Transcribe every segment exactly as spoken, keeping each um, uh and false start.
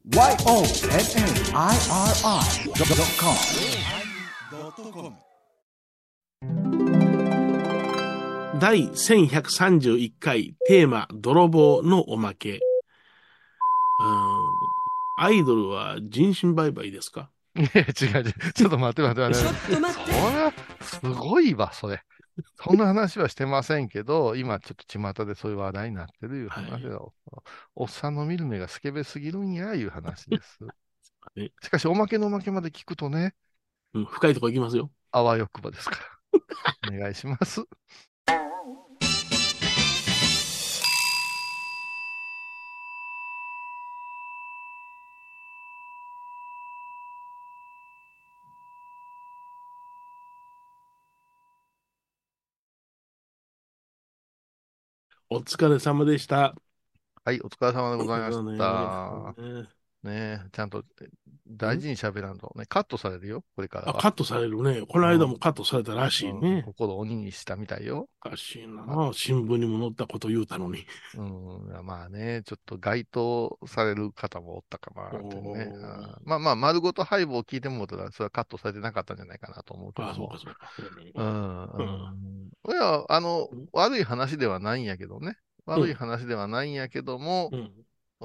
ワイオーエヌエヌアイアールアイドットコム第せんひゃくさんじゅういっかいテーマ泥棒のおまけ。うん、アイドルは人身売買ですか？ いや、違う違う。ちょっと待って待って待って。 ちょっと待って。 それは、すごいわ、それ。そんな話はしてませんけど、今ちょっと巷でそういう話題になってるいう話だよ。はい、おっさんの見る目がスケベすぎるんや、いう話です。しかし、おまけのおまけまで聞くとね、 うん、深いとこ行きますよ。 あわよくばですから。お願いします。 お疲れ様でした。 はい、お疲れ様でございましねた。 ねねえ、ちゃんと大事に喋らんとね、カットされるよ、これからあ、 は。 カットされるね。この間もカットされたらしいうんうん、 ね。 心を鬼にしたみたいよ。 おかしいな。新聞にも載ったこと言うたのに。 うん、まあね、ちょっと該当される方もおったかなってね。 おまあまあ、丸ごとハイボを聞いてもらったら、それはカットされてなかったんじゃないかなと思うけああ、そうども。 かそうか。 ううんん、うん。いや、あの、悪い話ではないんやけどね。 うん悪い話ではないんやけども、 うんうん、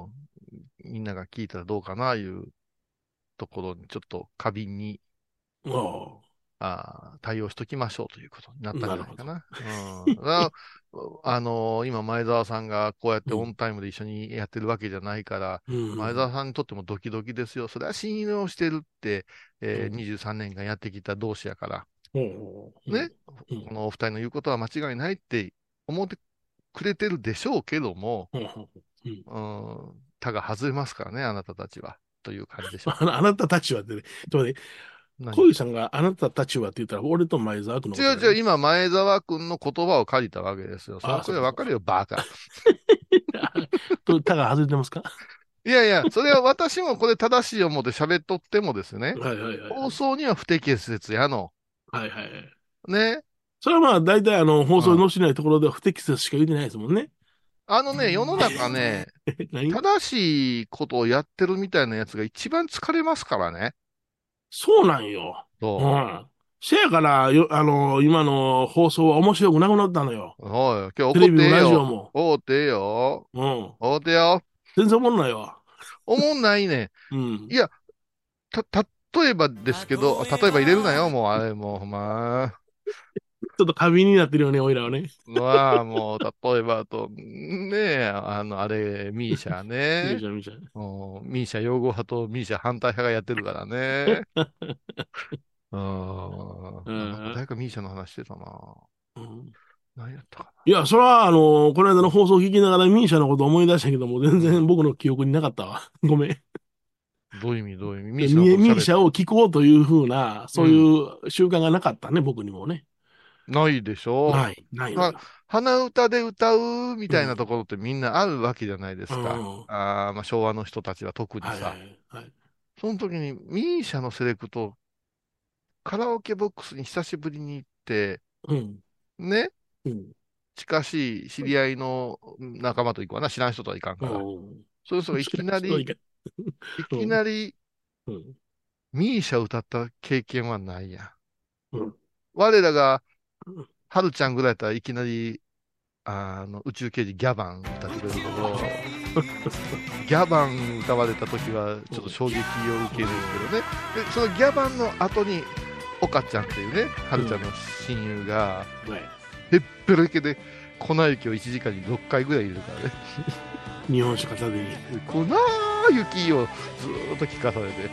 みんなが聞いたらどうかな、いうところに、ちょっと過敏に、 うん。ああ対応しときましょうということになっあ、 たんじなるほど。 ゃないかな。うん。だからあのー今、前澤さんがこうやってうんオンタイムで一緒にやってるわけじゃないから、 うん前澤さんにとってもドキドキですよ。それは信用してるって、えー、 うんにじゅうさんねんかんやってきた同士やから、 ほうね、 うんこのお二人の言うことは間違いないって思ってくれてるでしょうけども、 ほうほううんうん、他が外れますからね、あなたたちは。という感じでしょうか。 あのあなたたちはってね、ちょっと待って、小何井さんがあなたたちはって言ったら、俺と前澤君のことだよね。 違う違う、今、前澤君の言葉を借りたわけですよ。それああ、 はこそうかそうか。 れわかるよ、バカ。 と、たが外れてますか？ いやいや、それは私もこれ正しい思って喋っとってもですね、 はいはいはい。 放送には不適切やの。 はいはいはい。 ね。 それはまあ、大体あの、放うん。 送に載せないところでは不適切しか言ってないですもんね。 あのね、世の中ね、 何正しいことをやってるみたいなやつが一番疲れますからね。 そうなんよ。うそん。せやから、よ、あの、今の放送は面白くなくなったのよ。 う。おい、今日怒っテレビもてええよ。 ラジオも。 怒ってええよ。 うん。 怒ってよ。 全然おもんないわ。 おもんないね。 うん。 いや、た、例えばですけど、例えば入れるなよ、もう、あれ、もう、ほんま。 ちょっと過敏になってるよね、おいらはね。 まあ、もう、例えばと、ねえ、あの、あれ、ミーシャね。 みーちゃん、みーちゃん。 もうミーシャ擁護派とミーシャ反対派がやってるからね。うーうん。なんかん。 誰かミーシャの話してたな。 うん。 何やったかいや、それは、あの、この間の放送を聞きながらミーシャのこと思い出したけども、全な。うん。 然僕の記憶になかったわ。ごめん。 どういう意味、どういう意味。ミーでシャのミミーシャこと喋って。 を聞こうというふうな、そううん。 いう習慣がなかったね、僕にもね。 ないでしょ。 ない、ないのは、 よ。 鼻歌で歌うみうん。 たいなところってみんなあるわけじゃないでうすか。 ん。 あー、まあ、昭和の人たちは特にさ。 はいはい、はい。 その時にミーシャのセレクト、カラオケボックスに久しぶりに行って、 うん。 ね、 うん。 近しい知り合いの仲間と行くわな。知らん人とはいかんうから。 ん。 そういう人がいきなり、 そういか。 いうん。 きなりうん。 ミーシャ歌った経験はないやん。 うん。 我らが、はるちゃんぐらいだったらいきなり、あの、宇宙刑事ギャバン歌ってくれるけど、ギャバン歌われた時はちょっと衝撃を受けるけどね。で、そのギャバンの後に、岡ちゃんっていうね、はるちゃんの親友が、 はい。 へっぺろいけで粉雪をいちじかんにろっかいぐらい入れるからね。 日本酒片手に。 粉雪をずーっと聞かされて、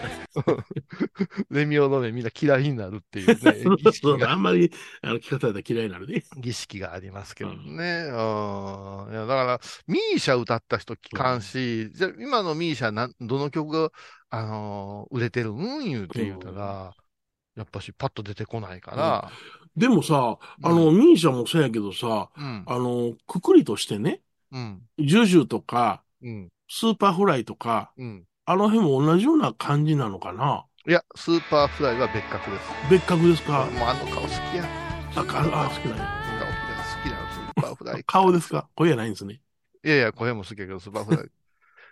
レミオロメンみんな嫌いになるっていうね、儀そう、 式が、 あんまり、あの、聞かされたら嫌いになるね。 儀式がありますけうん。 どね。うん。いや、だから、ミーシャ歌った人聞かんうん。 し、じゃあ今のミーシャなん、どの曲が、あのー売れてるん言ううて言うたん。 ら、やっぱしパッと出てこないかうん。 ら、 でもさ、あの、 うん、 ミーシャもそうやけどさ、 うん、 あの、くくりとしてね、 うん、 ジュジュとか、 うん、 スーパーフライとか、 うん。 あの辺も同じような感じなのかな？ いや、スーパーフライは別格です。 別格ですか？ 俺もあの顔好きや。 あ、か、あ、好きなん顔や。 好きだ、好きだ、スーパーフライ。 顔ですか？声やないんですね。 いやいや、声も好きやけど、スーパーフライ。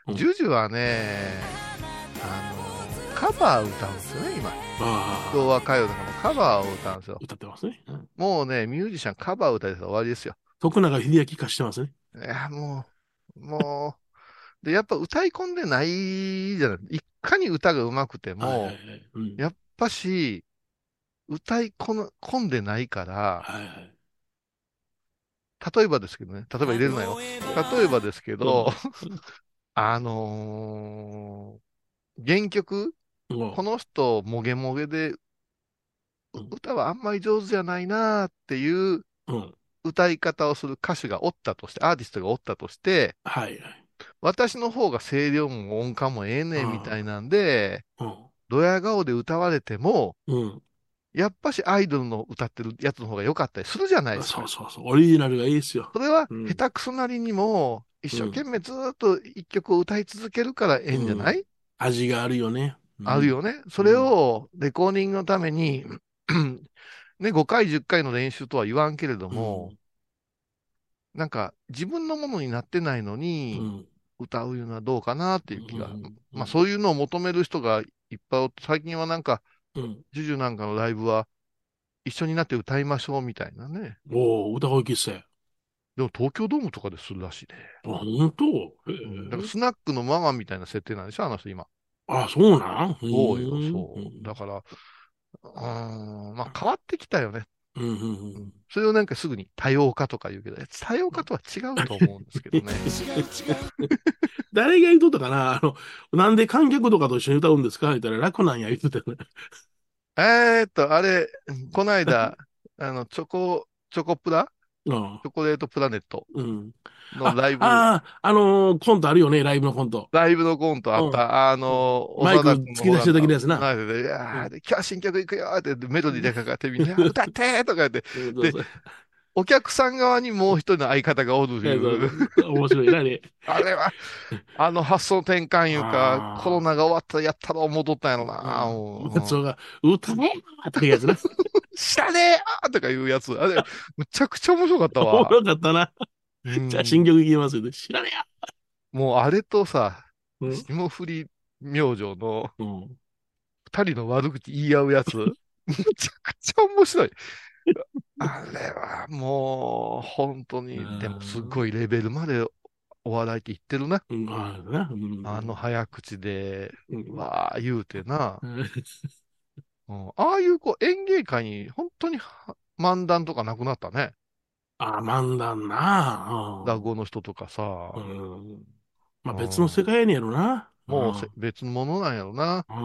うん。 ジュジュはね、あの、カバー歌うんですよね、今。昭和ああ、 歌謡とかのカバーを歌うんですよ。 歌ってますね。うん。 もうね、ミュージシャンカバー歌いたら終わりですよ。 徳永英明化してますね。 いや、もう、もう、で、やっぱ歌い込んでないじゃない。いかに歌が上手くてはいはいはも、 い。うん。 やっぱし、歌いこの込んでないから、 はいはい。 例えばですけどね、例えば入れるなよ。例えばですけど、 うん。 あのー原曲、 うん。 この人、もげもげで、ううん。 歌はあんまり上手じゃないなっていううん。 歌い方をする歌手がおったとして、アーティストがおったとして、 はいはい。 私の方が声量も音感もええねんみたいあなんで、 あ。うん。 ドヤ顔で歌われても、 うん。 やっぱしアイドルの歌ってるやつの方が良かったりするじゃないですか。 そうそうそう。オリジナルがいいですよ。 それはうん。 下手くそなりにも、一生懸うん。 命ずーっと一曲を歌い続けるからええんじゃうん。 ない味があるよね。うん。 あるよね。それうん。 をレコーディングのためにね、ごかい、じゅっかいの練習とは言わんけれども、 うん。 なんか自分のものになってないのにうん。 歌うのはどうかなっうん。 ていう気が。 うん。 まあそういうのを求める人がいっぱいおって、最近はなんか、 うん。 ジュジュなんかのライブは一緒になって歌いましょうみたいなね。 おお、歌声喫茶。 でも東京ドームとかでするらしいね。 あ、本当？へうん。だからえ。 スナックのママみたいな設定なんでしょ、あの人今。 あ、そうなんうそうよ、 ーん。うそう。だん。 から、うーん、まあ変わってきたよね。 うん。うん。ううん。 ん。 それをなんかすぐに多様化とか言うけど、多様化とは違うと思うんですけどね。 誰が言うとったかなあの、なんで観客とかと一緒に歌うんですか言ったら楽なんや言ってたよね。 えーっと、あれ、この間、あの、チョコ、チョコプラうん。 チョコレートプラネットうん。 のライあ、 ブ、 ああ、あのーコントあるよね、ライブのコント。 ライブのコントあうん。 った。あうん。 の、 マイク長田君の突き出してる方が、 時のやつな。 なで、いやー、 うん。 で今日新曲行くよーってメロディーうん。 でかかってみんな、歌ってーとか言って、 そうそうで、 そう。 お客さん側にもう一人の相方がおるとそうそいう、 うそう。面白いな、あれ。 あれは、あの発想転換いうか、コロあナが終わったらやったら思っとったんやろあ。 な、 うん。松もう、 尾が、歌ねーっていうやつな。 知らねえよーとかいうやつ。あれ、むちゃくちゃ面白かったおもわ。 ろかったな。 うじゃあ新ん。 曲いきますよね。知らねもうあれとさ、 えよ。 霜降り明星のうん。うん。 二人の悪口言い合うやつ、むちゃくちゃ面白い。あれはもう、本当うに、でもすっん。 ごいレベルまでお笑いって言ってるな。 うん。ああ、な。うあのん。 早口で、 うん。 わー言うてな。 うん。 うん、ああいうこう演芸界に本当には漫談とかなくなったね。 ああ、漫談な。 落語の人とかさ。 うん。うん。まあう別の世ん、 界やねやろな。うもうせん。 別のものなんやろな。 うん。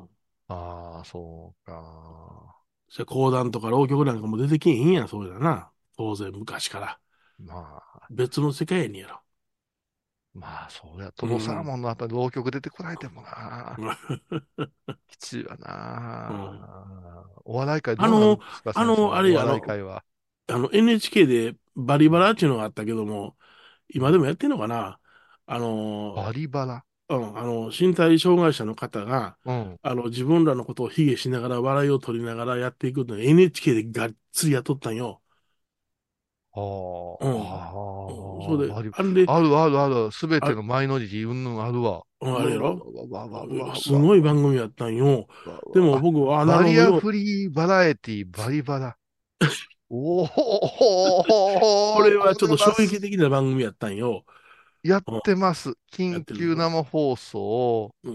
ああ、そうか。 それ講談とか浪曲なんかも出てきへんやん、そうだな。当然昔から。 まあ、 別の世界やねやろ。 まあ、そうや。トロサーうん。 モンのあたり浪曲出てこられてもな。 うきついわん。 な。お笑い界どうなるんあの、 ですか、 あの、 先生。おあれやろ。 笑い界は。 あの、エヌエイチケー でバリうん。 バラっていうのがあったけども、 うん。 今でもやってんのかな。あの、 バリバラ。 うん、あの、身体障害者の方が、 うん。 あの、自分らのことを卑下しながら笑いを取りながらやっていくのを エヌエイチケー でがっつりやっとったんよ。 はうん。うんそあ、 れで、 バリ、 あれで、 あるあるある。すべてあ、 のマイノリティ、うんぬんあるわ。 うんうわうわあれやろうわうわうわうわうわすごい番組やったんよ。 うわうわ。あ、 でも僕は、あ、なバリアるほど。 フリーバラエティ、バリバラ。おお、 これはちょっとこれは衝撃的な番組やったんよ。 やっうん、 てます。 やっ緊てるでしょ。 急生放送、 うん。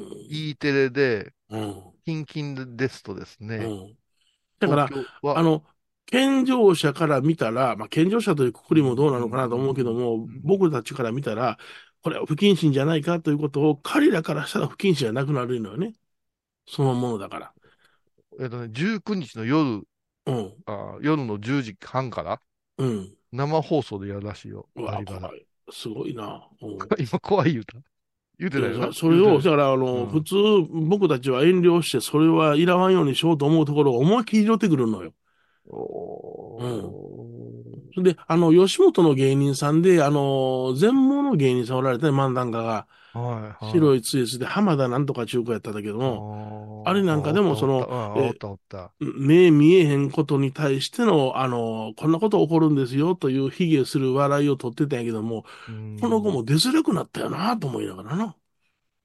E テレで、 うん。 キンキンですとですね、 うん。だか東ら、 京は、 あの、健常者から見たら、まあ、健常者というくくうんうりもどうなのかなと思うけどんも、 うんうん僕たちから見たら、これは不謹慎じゃないかということを、彼らからしたら不謹慎じゃなくなるのよね。そのものだから。 えっとね、じゅうくにちの夜、 うん。 あ、夜のじゅうじはんからうん。 生放送でやるらしいよ、 うわ、 バリバラ。 怖い。すごいな。うん。 今怖い言うた。言うていや、 ないよな。 そそれを、 言うてない。 だから、あの、普うん。 通、僕たちは遠慮して、それはいらわんようにしようと思うところを思いっきり拾ってくるのよ。うん。 おで、あの、吉本の芸人さんで、あの、全盲の芸人さんおられて、漫談家が、 ー。はいはい。 白いツイスで浜田なんとか中古やったんだけどあーも、あれあ、 なんかでも、 おったおった、 その、 あー、おっえ、 たおった。 目見えへんことに対しての、あの、こんなこと起こるんですよという卑下する笑いを取ってたんやけども、 うこの後ん。 も出づらくなったよなと思いながらな。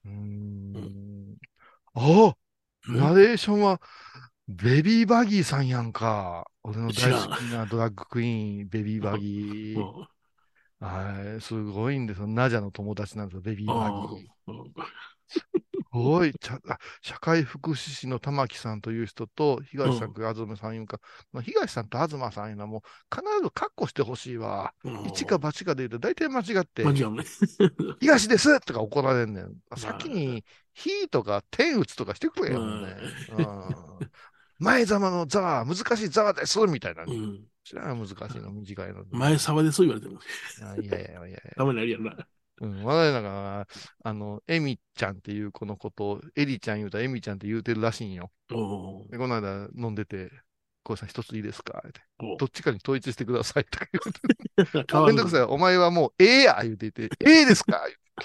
うーうん。 ん。ああ、ナレーションは、ベビーバギーさんやんか。俺の大好知らん。 きなドラッグクイーン、ベビーバギー。 うん。 はい、すごいんですよ。ナジャの友達なんですよ、ベビーバギあー。 あ。 すごい、ちゃ、あ、社会福祉士の玉木さんという人と、 うん。 東さんと東さんいうか、まあ東さんと東さんいうのはもう必ずカッコしてほしいわ。 う一かん。 八かで言うと大体間違って、 間違うね。 東ですとか怒られんねん。先あに、ひとか天打つとかしてくれうよ、もうね。うん。 ん。前ざまのざわ、難しいざわですみたいな。 うん。 知らん、難しいの、短いの。 前沢でそう言われてる。 あ、いやいやいやいや。 ダメなるやんな。 うん、我々なんか、あの、エミちゃんっていう子のことを、エリちゃん言うたらエミちゃんって言うてるらしいんよ。 おーで、この間飲んでて、こうさん一ついいですかって。 おどっちかに統一してくださいとか言われて。 ー。 も変わんの。 うめんどくさい。お前はもう、ええや言うていて、ええですか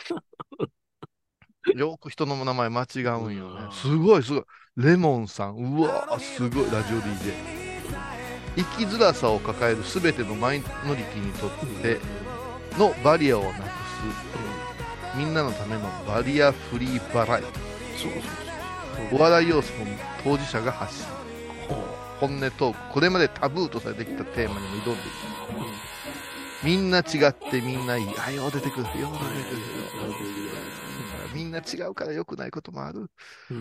よく人の名前間違ううんよね。すん。 ごいすごい。レモンさん。うわーすごい。ラジオ ディージェー。生きづらさを抱えるすべてのマイノリティにとってのバリアをなくす、みんなのためのバリアフリーバラエテそうそうィ。お笑い要素の当事者が発信。 そう。 本音トーク。これまでタブーとされてきたテーマにも挑んでいく。 うん。 みんな違ってみんないい。あ、よう出てくる。よう出てくる。よう出てくる。みんな違うから良くないこともある。 うん。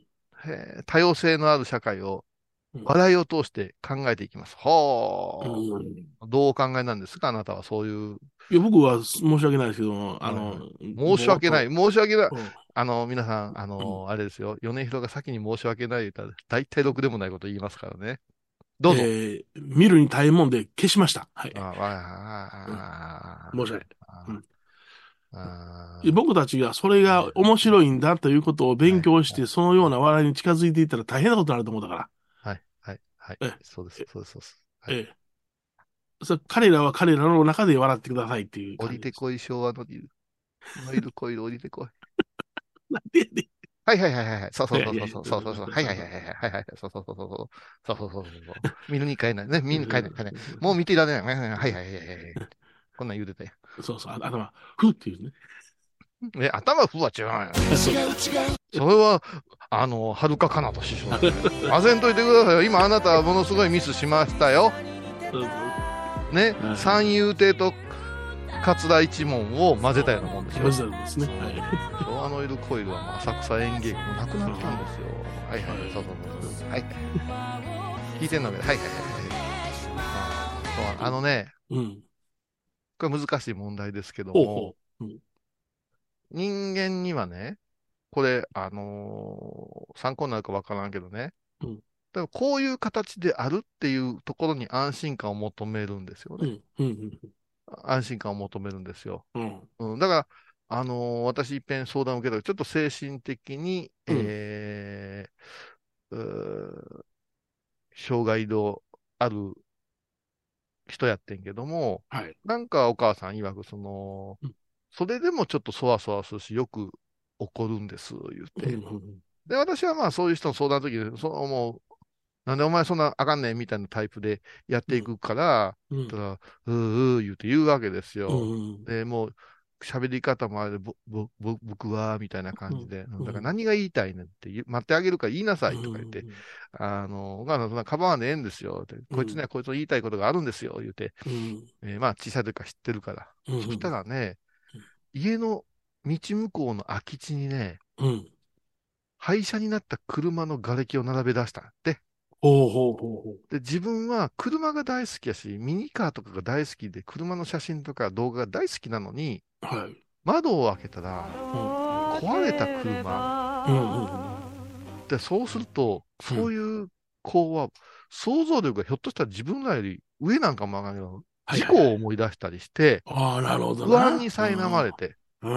へー多様性のある社会をうん。 笑いを通して考えていきます。 うはん。 あ。どうお考えなんですかあなたはそういう。 いや、僕は申し訳ないですけども、あの、 はいはい。申し訳ない。 ぼーっと、 申し訳ない。 うん。 あの、皆さん、あうん。 の、あれですよ。米広が先に申し訳ない言ったら、大体ろくでもないこと言いますからね。どうぞ。 えー、見るに耐えもんで消しました。はい。 あうん。 あ、あ申し訳ない。うあ、 ん。 あ僕たちがそれあ、はいが面白いんだということを勉はい、 強して、 はい、 そのようなはい、 笑いに近づいていったら大変なことになると思うんだかはい、はい、はい、 ら。え、 そうです、 え、 そうです、そうです。はい。 え、そ彼らは彼らの中で笑ってくださいっていう降感じです。 りてこい、昭和のビル。ノイルコイル降りてこい。 なんでやねはいはいはいはいはい。そうん。 そうそういやいやいや、 そうそうそうそう。はいはいはいはいはいはい。そうそうそうそうそう。そうそうそうそうそう。見るに変えない。ね、見るに変えない。変えない。もう見ていられない。はいはいはいはいはい。こんなん言うてたよ。 そうそう、あ頭、ふっていうね。 え、頭ふわ違うよ。 そうそう。 それは、あの、はるかかなと師匠だね。あぜんといてくださいよ。今あなたはものすごいミスしましたよ。 そうそうね。三遊亭と桂一門を混ぜたようなもんですよ。 マジなんですね。は昭和のイルコイルはもう浅草演芸がもうなくなったんですよ。はいはい。そうそうそうそう。はい。聞いてんのけど、はいはいはいはい。あーそう、あのね、 い。うん。 これ難しい問題ですけども、 ほうほう。うん。 人間にはね、これ、あのー参考になるかわからんけどね、 うん。 だからこういう形であるっていうところに安心感を求めるんですよね。 うん。うん。 安心感を求めるんですよ。 うん。 うん、だから、あのー私一遍相談を受けたけど、ちょっと精神的に、 うん。 えーうー障害のある人やってんけども、 はい。 なんかお母さん曰く、その、 うん。 それでもちょっとそわそわするし、よく怒るんです、言ううん。 て。 うん。 で、私はまあそういう人の相談の時に、そのもう、なんでお前そんなあかんねんみたいなタイプでやっていくから、 うん。 たら、うーうー言うて言うわけですうよ。 ん。 で、もう、喋り方もあれで、ぼ、ぼ、ぼ、僕は、みたいなうん。 感じで、うんだからうん。 何が言いたいねんって言う、待ってあげるから言いなさういとか言って、 ん。 あの、お母さんそんなかばわんでええんですよって、こいつにはこいつの言いたいことがあるんですよ、言うて、 うん。 えーまあ小さい時から知ってるから。そしたうん。 らね、家の道向こうの空き地にね、 うん。 廃車になった車の瓦礫を並べ出したんだって。 ほうほうほうほで、自分は車が大好きやし、ミニカーとかが大好きで、車の写真とか動画が大好きなのに、 う。はい。 窓を開けたら、 うん。 壊れた車うん。うん。 で、そうすると、 うん。 そういう子は、想像力がひょっとしたら自分らより上なんかもわかんないけど、事はいはいはい。 故を思い出したりして、 ああ、なるほど不安な。 に苛まうん。 れて、 うん。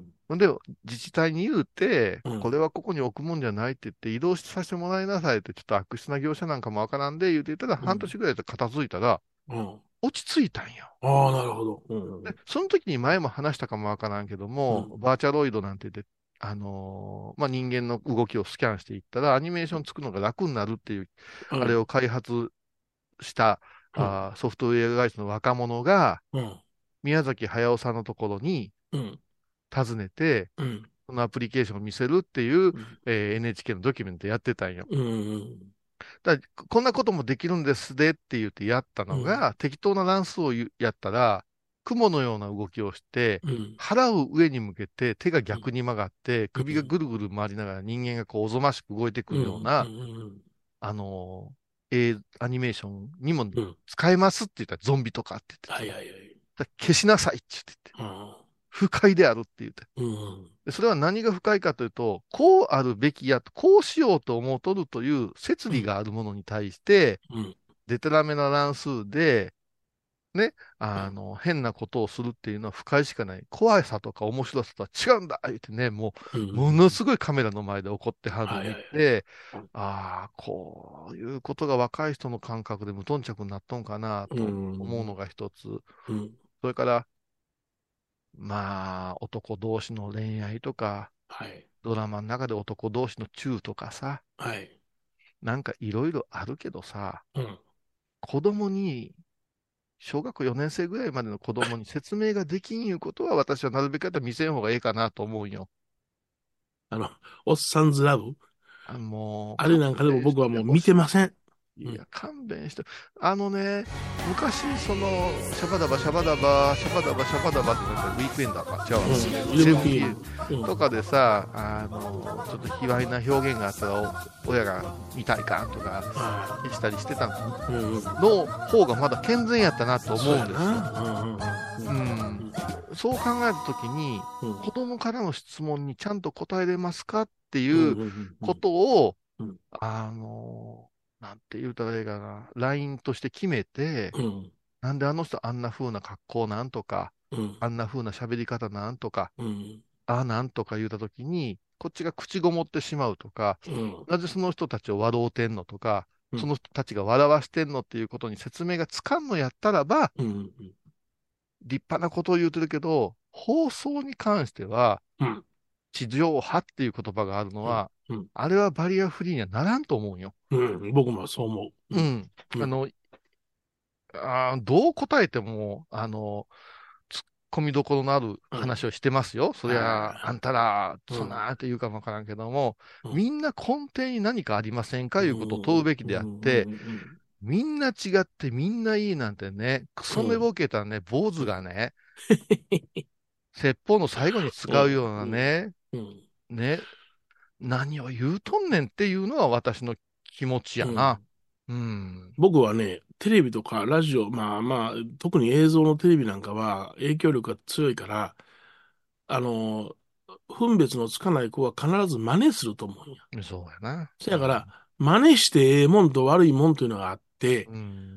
ほんで、自治体に言うて、 うん。 これはここに置くもんじゃないって言って、移動させてもらいなさいって、ちょっと悪質な業者なんかもわからんで言うて言ったら、 うん。 半年ぐらいで片付いたら、 うん。 落ち着いたんよ。 ああ、なるほど。うで、 ん。 その時に前も話したかもわからんけども、 うん。 バーチャロイドなんて言って、あのーまあ、人間の動きをスキャンしていったら、アニメーション作るのが楽になるっていう、 うん。 あれを開発したうん。 あーソフトウェア会社の若者が、 うん。 宮崎駿さんのところにうん。 訪ねて、 うん。 そのアプリケーションを見せるっていう、 うんえー エヌエイチケー のドキュメントやってたんよ。 うん。 だからこんなこともできるんですでって言ってやったのが、適当な乱数をゆやったら、雲のような動きをして、 うん。 腹を上に向けて手が逆に曲がって、 うん首がぐるぐる回りながら人間がこうおぞましく動いてくうん。 るような、 うんあのー、えーアニメーションにもうん。 使えますって言ったらゾンビとかって言ってて、 はいはいはい。 だから消しなさいって言ってて、不快であるって言って。 うん。 でそれは何が不快かというと、こうあるべきや、こうしようと思うとるという摂理があるものに対して、 うん。 デタラメな乱数で、ね、 うん。 あの、変なことをするっていうのは不快しかない。怖さとか面白さとは違うんだ言ってね、もうう、ものん。 すごいカメラの前で怒ってはるのをはいはいはい。 見て、 うん。 ああ、こういうことが若い人の感覚で無頓着になっとんかなうと思うん。 のが一つ。 うん。 それから、まあ、男同士の恋愛とか、 はい。 ドラマの中で男同士のチューとかさ、 はい。 なんかいろいろあるけどさ、 うん。 子供に、小学校よねん生ぐらいまでの子供に説明ができんいうことは、私はなるべくやったら見せん方がええかなと思うんよ。 あの、おっさんずラブあもう、勘あれなんかでも弁し僕はもう見てほしい。 てません。 いや、 うん。 勘弁して。あのね、昔、その、シャバダバ、シャバダバ、シャバダバ、シャバダバってなんかウィークエンダーか、違うわ、 うん。イレセブンキンブンティーグ。うん。 とかでさ、あの、ちょっと卑猥な表現があったら、お親が見たいかんとか、 はしたりしてたい。うんうん。 の方がまだ健全やったなと思そううんですよ。 やな。うんうんううん。 ん。そう考えたときに、 うん。 子供からの質問にちゃんと答えれますかってうんいううんうこんとを、 うんあの、なんて言うたらいいかな、ライン として決めて、 うんなんであの人あんな風な格好なんとか、 うんあんな風な喋り方なんとか、 うんああなんとか言うたときに、こっちが口ごもってしまうとか、 うんなぜその人たちを笑うてんのとか、 うんその人たちが笑わしてんのっていうことに説明がつかんのやったらば、 うん立派なことを言うてるけど、放送に関しては、 うん地上波っていう言葉があるのうんは、 うんあれはバリアフリーにはならんと思うんよ。 うん僕もそう思う。うんうん。 うんあの、あーどう答えても、あの、突っ込みどころのあるうん話をしてますよ。そりゃ、あはんたら、 いうんそんなって言うかもわからんけども、 うんみんな根底に何かありませんかういうことを問うべきであっんうんて、 うんみんな違ってみんないいなんてね、クソ寝ぼけたね、坊主がね、説法の最後に使うようなね、 うんね、何を言うとんねんっていうのは私の気持ちやな。 うんうん。 僕はね、テレビとかラジオ、まあまあ、特に映像のテレビなんかは影響力が強いから、あの、分別のつかない子は必ず真似すると思うんや。 そうやな。 せやから、真似してええもんと悪いもんというのがあって、 うん。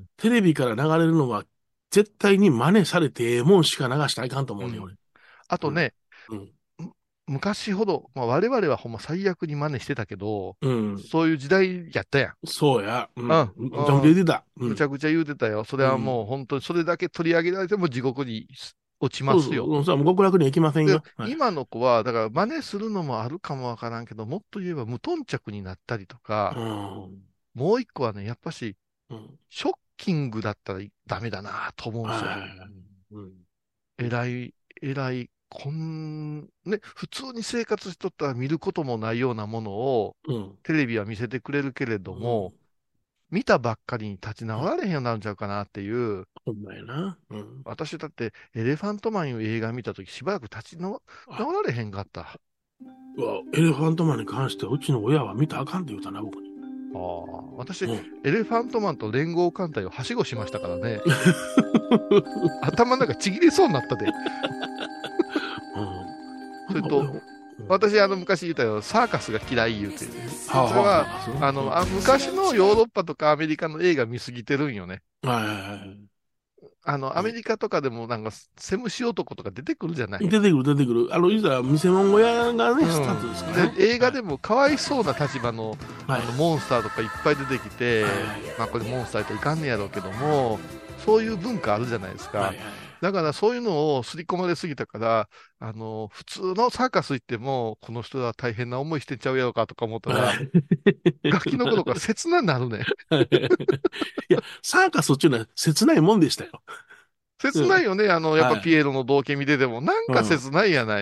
テレビから流れるのは絶対に真似されてええもんしか流したらいかんと思うねん、俺。 うん。あとうん。 ね、 うん。 む昔ほど、まあ、我々はほんま最悪に真似してたけど、 うん。 そういう時代やったやん。 そうや。ううん。むちゃむちゃん。うん。 言ってた。うん。 むちゃくちゃ言うてたよ。それはもううん。 本当にそれだけ取り上げられても地獄に落ちますよ。 そうそう。さあ、極楽には行きませんで、 よ。はい。 今の子は、だから真似するのもあるかもわからんけど、もっと言えば無頓着になったりとうか、 ん。 もう一個はね、やっぱし、 うん。 ショッキングだったらダメだなと思うんですよ。 はいはいはい。うん。うん。 偉い、偉い、こん、ね、普通に生活しとったら見ることもないようなものを、 うん。 テレビは見せてくれるけれどうん。 も、見たばっかりに立ち直られへんようになるんちゃうかなっていう、 ほんまやな。うん。 私だってエレファントマンいう映画見たときしばらく立ち直あ、 直られへんかった。 うわ、エレファントマンに関してはうちの親は見たらあかんって言うたな、僕に。 ああ、私、 うん。 エレファントマンと連合艦隊をはしごしましたからね、頭の中ちぎれそうになったで。 うん。 それと、 なんか俺うん私、あの、昔言ったよ、サーカスが嫌い言うて。 はあそれは、 はあはあ、そうあの、あ、昔のヨーロッパとかアメリカの映画見すぎてるんよね。 はいはいはいあの、アメリカとかでもなんか、セムシ男とか出てくるじゃない。 出てくる出てくる。あの、いざら見せ物小屋がね、 うんスタートですからね。 で、映画でもかわいそうな立場の、 はい。 あの、モンスターとかいっぱい出てきて、 はいまあこれモンスターといかんねやろうけども、そういう文化あるじゃないですか。 はいはい。 だからそういうのを刷り込まれすぎたから、あの、普通のサーカス行っても、この人は大変な思いしてんちゃうやろかとか思ったら、ガキの頃から切なになるね。 いや、サーカスっていうのは切ないもんでしたよ。うん。 切ないよね。あの、やっぱはい。 ピエロの道化見てても、なんうん。 か切ないやない。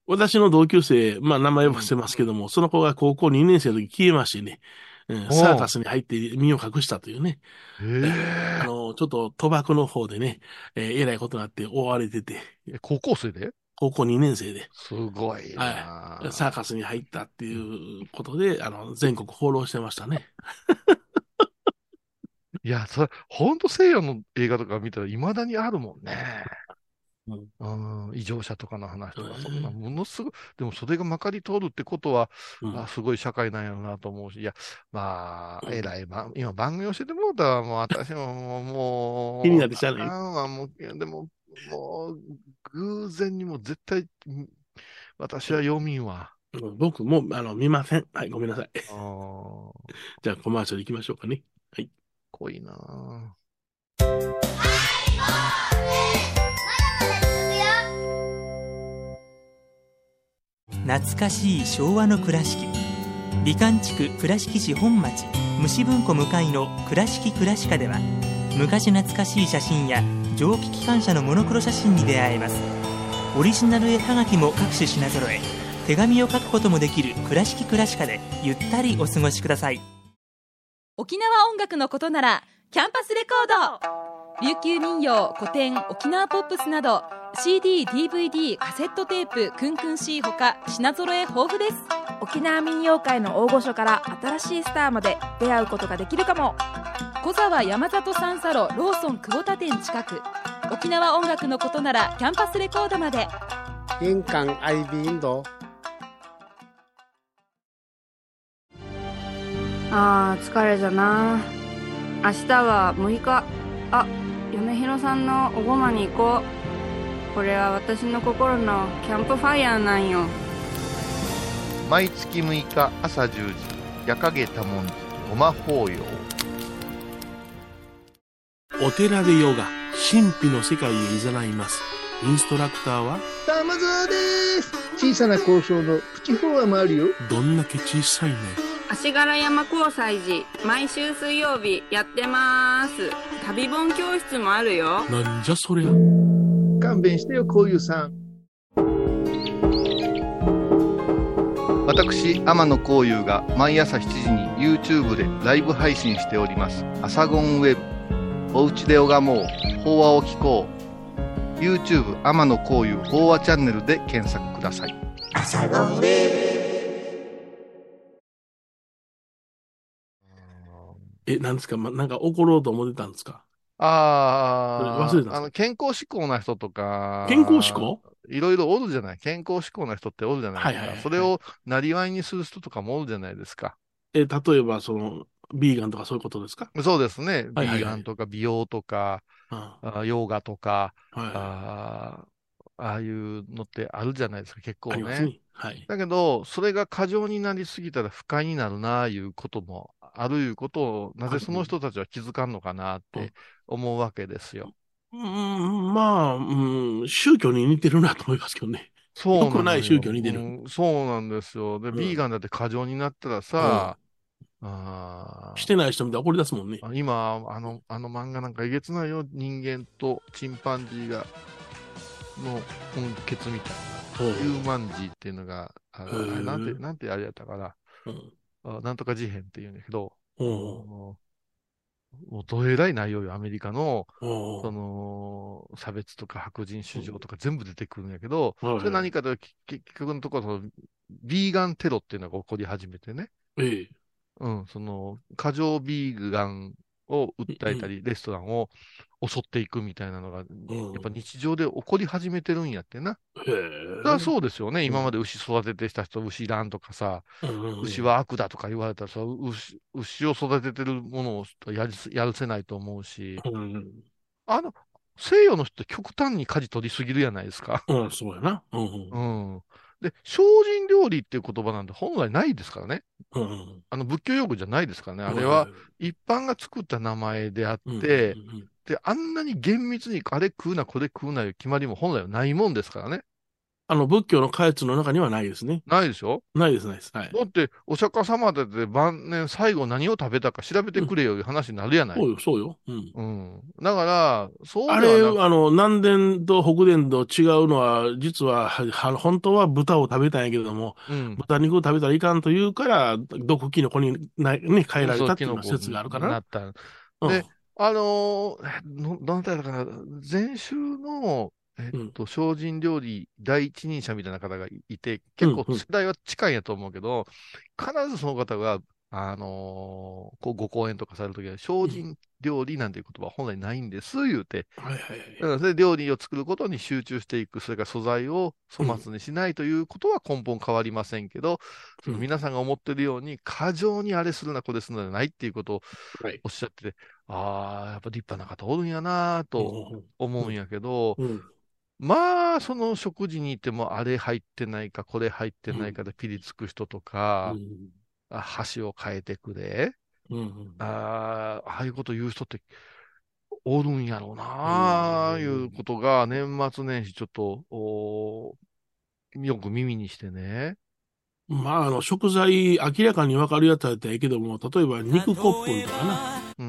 私の同級生、まあ名前うん。 は伏せますけども、その子が高校にねん生の時消えましてね、うん、サーおう。 カスに入って身を隠したというね、えーあえの、ちょっと賭博の方でね、えーえらいことになって追われてて、 ええ、高校生で高校にねん生で、 すごいはい、サーなカスに入ったってぁ。 いうことで、あの、全国放浪してましたね。 いや、それ、ほんと西洋の映画とか見たら未だにあるもんね。 うん。 うん、異常者とかの話そうとか、そんなね。 ものすごい、でもそれがまかり通るってことは、 うん。 あ、すごい社会なんやろうなと思うし、いや、まあ、 うん。 偉い、まあ、今番組教えてもらったら、もう私ももう、 気になもうあってしゃあない。 かんわ、もう、いやでも、もう、偶然にも絶対、ん私は読みんわ。 うん、僕も、あの、見ません。はい、ごめんなさい。 ああ、 じゃあ、コマーシャル行きましょうかね。はい。 濃いなぁ。 懐かしい昭和の倉敷。美観地区倉敷市本町虫文庫向かいの倉敷倉歯科では、昔懐かしい写真や蒸気機関車のモノクロ写真に出会えます。オリジナル絵はがきも各種品揃え、手紙を書くこともできる倉敷倉歯科でゆったりお過ごしください。 沖縄音楽のことならキャンパスレコード、琉球民謡、古典、沖縄ポップスなど シーディー、ディーブイディー、カセットテープ、クンクン C ほか品揃え豊富です。 沖縄民謡界の大御所から新しいスターまで出会うことができるかも。 小沢山里三佐路ローソン久保田店近く。沖縄音楽のことならキャンパスレコードまで。 玄関アイビーインド。 あー疲れじゃな。明日はむいか。あ、嫁ひろさんのおごまに行こう。これは私の心のキャンプファイヤーなんよ。 毎月むいか朝じゅうじ、夜影多文字、ごま法要。 お寺でヨガ、神秘の世界へ誘います。インストラクターは、 玉沢です。小さな交渉のプチフォアもあるよ。 どんだけ小さいね。 足柄山交際時、毎週水曜日やってます。旅本教室もあるよ。 なんじゃそりゃ。 勘弁してよ、こういうさん。 私、天野幸雄が毎朝しちじに YouTube でライブ配信しております。アサゴンウェブ。おうちで拝もう。法話を聞こう。YouTube 天野幸雄法話チャンネルで検索ください。 え、なんですか、ま、なんか怒ろうと思ってたんですか？それ忘れああ、あの、 たんですか？ 健康志向な人と健康志か、 向？ いろいろおるじゃない。健康志向な人っておるじゃないはいはいですか。 はいはい。 それをなりわいにする人とかもおるじゃないですか。 え、例えば、その、ビーガンとかそういうことですか？ そうですね。ビーはいはいはい。 ガンとか美容とか、 ああヨガとか、 あ、はい。 ああ、ああいうのってあるじゃないですか、結構ね。 ありますね。はい。 だけど、それが過剰になりすぎたら不快になるな、いうこともあるいうことを、なぜそのある。 人たちは気づかんのかなって思うわけですよ。 うん、まあ、うん、宗教に似てるなと思いますけどね。良そうくない宗なのよ。 教に似てる。 うん、そうなんですよ。で、 うん。 ビーガンだって過剰になったらうん。 さ、あしてない人見て怒り出すもんね。 ー今、あの、あの漫画なんかえげつないよ。人間とチンパンジーが、の混血みたいおう。 な。ヒューマンジーっていうのが、あ、 へあれなんて、 え。 なんてあれやったかな。 うん。 あ、なんとか事変っていうんだけど、 おう。 もう、もうどえらい内容よ、アメリカの、そおの、差別とか白人至上とか全部出てくるんやけど、 う。はそれ何い。 かというと、結局のところ、そのビーガンテロっていうのが起こり始めてね、 ええ。 うん、その、過剰ビーガンを訴うん。 えたり、レストランを襲っていくみたいなのが、やうん。 っぱ日常で起こり始めてるんやってな。 へそれはえ。 そうですよね。 うん。 今まで牛育ててきた人、牛いらんとかさ、 うん。 牛は悪だとか言われたらさ、牛、牛を育ててるものをやりす、やるせないと思うし、 うん。 あの、西洋の人って極端に舵取りすぎるじゃないですか。 うん、そうやな。ううん。 ん。で、精進料理っていう言葉なんて本来ないですからね。 うん。 あの、仏教用語じゃないですからね。あれははい。 一般が作った名前であっうん。うて、 ん。 で、あんなに厳密にあれ食うな、これ食うないう決まりも本来はないもんですからね。 あの、仏教の開発の中にはないですね。 ないでしょ？ ないです、ないです。はい。 だって、お釈迦様だって晩年最後何を食べたか調べてうん。 くれよいう話になるやない。 そうよ、そうよ。うん。 うん。だから、そうあれ、 ではなく、 あの、南伝と北伝と違うのは、実は、は、は本当は豚を食べたんやけども、 うん。 豚肉を食べたらいかんと言うから、毒キノコにな、ね、変えられそう、 たっていうようなキノコ説があるからな。 になった。で、 うん。 あのーのどなただったかな、禅宗の、えっうん。 と、精進料理第一人者みたいな方がいいて、 うん。 結構うん。 世代は近いんやと思うけど、必ずその方が、あのーこうご講演とかされるときは、精うん。 進料理なんていう言葉は本来ないんです、言うて、 はいはいはい。 うん、それで料理を作ることに集中していく、それから素材をうん。 粗末にしないということは根本変わりませんけど、そのうん。 皆さんが思ってるように、過剰にあれするな、これするなじゃないっていうことをはい。 おっしゃってて、ああ、やっぱ立派な方おるんやなうとん。うん。 思うんやけど、 うん。 まあ、その食事に行っても、あれ入ってないか、これ入ってうん。 ないかでピリつく人とうか、 ん。 あ箸を変えてくれ、 うん。 ああ、ああいうこと言う人っておるんやろううなあ、いうん。 ことが年末年始ちょっと、およく耳にしてね。 まあ、あの、食材、明らかにわかるやつやったらいいけども、例えば肉骨粉とかな。 うん、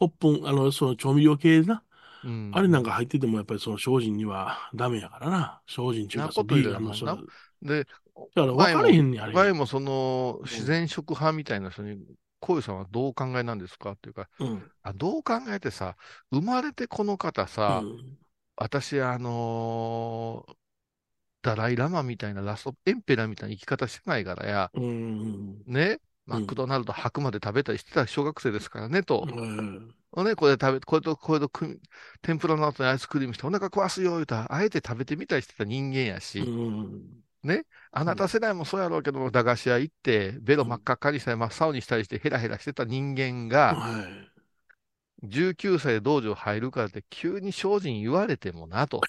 骨粉、あの、その調味料系な。 うん、うあれなんかん。 入ってても、やっぱりその精進にはダメやからな。精進っていうか、そのなこと言うビーガンの人は。 たらもうな。で、 だから分前も、 かれへんねん、あれ。 前もその自うん。 然食派みたいな人に、こういうさんはどうお考えなんですかっていうか、 うん。 あ、どう考えてさ、生まれてこの方さ、 うん。 私、あのーダライラマみたいなラストエンペラーみたいな生き方してないからや、 うん。 ね、 うん。 マクドナルド白まで食べたりしてた小学生ですからね、と。 うん。 ね、これ食べ、これと、これと組み、天ぷらの後にアイスクリームしてお腹壊すよ、言うたら、あえて食べてみたりしてた人間やうし、 ん。 ね、あなた世代もそうやろうけども、駄菓子屋行って、ベロ真っ赤っかにしたり、真っ青にしたりして、ヘラヘラしてた人間が、 はい。 じゅうきゅうさいで道場入るからって、急に精進言われてもなと。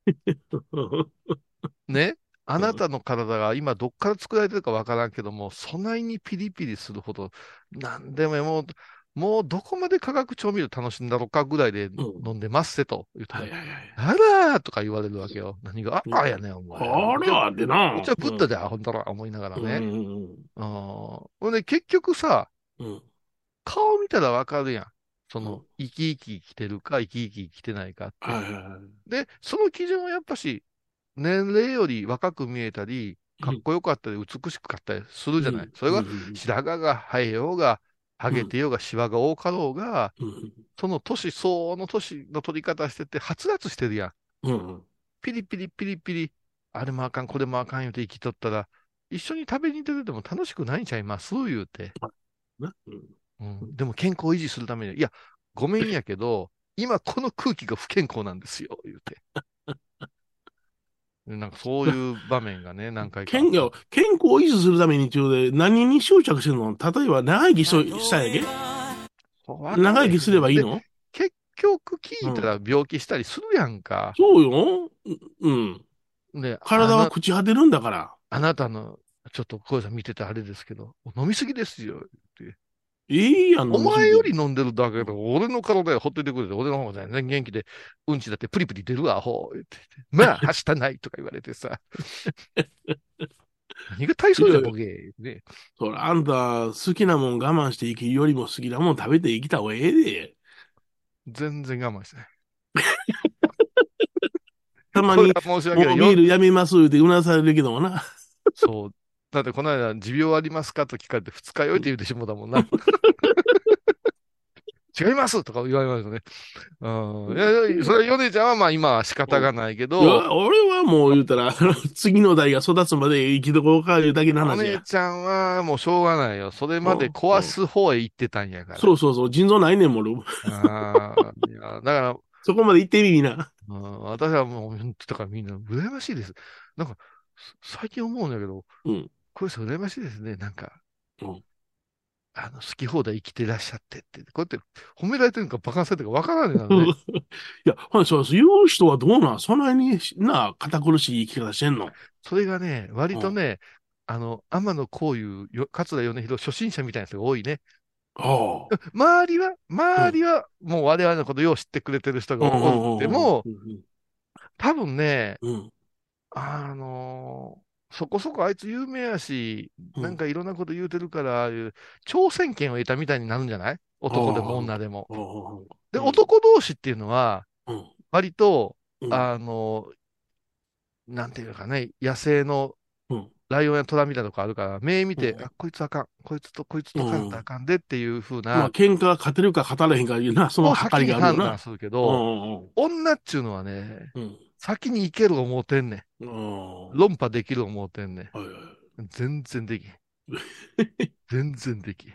ね、あなたの体が今どっから作られてるかわからんけども、そないにピリピリするほど、なんでももう、もうどこまで化学調味料楽しんだろうかぐらいでうん。 飲んでますせと言ったら、 はいはいはい。 あらーとか言われるわけよ。何が、 うん。 あらやねん、お前。 あれじゃあ、 はでな。 こっちはブッダでうん。 アホんだろ、思いながらうね。 ん。 あーほんで、結局さ、 うん。 顔見たらわかるやん。そうん。 の、生き生き生きてるか、生き生き生きてないかって。 はいはいはい。 で、その基準はやっぱし、年齢より若く見えたり、かっうん。 こよかったり、美しかったりするじゃない。 うん。 それがうん。 白髪が生えようが、ハうん。 ゲてようが、シワが多かろうが、 うん。 その年相応の年の取り方してて、はつらつしてるやん。 うん。 ピリピリピリピリ、あれもあかん、これもあかん言うて生きとったら、一緒に食べに行ってても楽しくないんちゃいます言うて。 な。うん。 うん、でも健康を維持するために、いや、ごめんやけど、今この空気が不健康なんですよ、言うて。なんかそういう場面がね、何回かあっ健、いや、 た。 健康を維持するためにっていうので、何に執着してるの？例えば、長生きししたいだけ？ そう分か長生きすれれへんねん。で、 ばいいの？ 結局聞いたうん。 ら病気したりするやんか。 そうよ。ううん。 で、あ体はな、 朽ち果てるんだから。 あなたの、ちょっと小さん見ててあれですけど、飲みすぎですよ、って。 いいやん、 お飲みすぎて。 前より飲んでるだけで、 うん。 俺の体やほっといてくれて、俺の方が全然元気で、うんちだってプリプリ出るわ、アホ、言って。まあ、はしたないとか言われてさ、何が体操じゃ、 いやいや、 ボケ。ね、 そら、あんた、好きなもん我慢して生きるよりも好きなもん食べて生きた方がええで。 全然我慢してない。 たまに、 これは申し訳ない。よ、 もうビールやめますってうなされるけどもな。 そう。だってこの間、持病ありますかと聞かれて、二日酔いって言うてしもたもんな。違いますとか言われましたね。うん。いや、いやそれ、ヨネちゃんはまあ今は仕方がないけいや、 ど、 俺はもう言うたら、あの次の代が育つまで生きどころかいうだけのお話や。 姉ちゃんはもうしょうがないよ。それまでうん、うん。 壊す方へ行ってたんやから。 そうそうそう、腎臓ないねんもん、俺。 ああ、いや、だから、 そこまで行ってみいな。 うん、私はもう、本当だからみんな羨ましいです。なんか、す最近思うんだけど、 うん。 これさ、羨ましいですね。なんか、 うん。 あの、好き放題生きてらっしゃってって、こうやって褒められてるのか馬鹿にされてるのかわからないなね。 いや、ほんでそう言う人はどうなん？そんなにな、堅苦しい生き方してんの？ それがね、割うん。 とね、あの、天野幸雄、よ桂米広、初心者みたいな人が多いね。 ああ。 周りは、 うん。 周りは、もう我々のことよう知ってくれてる人がうんうおるってんうんも、 うん多分ね、 うん。 あのーそこそこあいつ有名やし、なんかいろんなこと言うてるから、ああいう挑戦権を得たみたいになるんじゃない？男でも女でも。で、男同士っていうのは、 うん。 割と、 うん。 あのーなんていうかね、野生のうん。 ライオンやトラみたいなとこあるから、目見て、 うん。 あ、こいつあかん、こいつとこいつうと勝ったらあん。 かんでっていう風まあ、 な、 喧嘩が勝てるか勝たれへんかいうな、そのを計り先にがあるよな。 判断するけうど、 ん。 女っちゅうのはね、 うん。 先に行ける思うてんねうん。 ん。論破できる思うてんねはいはい。 ん。全然できへん。全然できへん。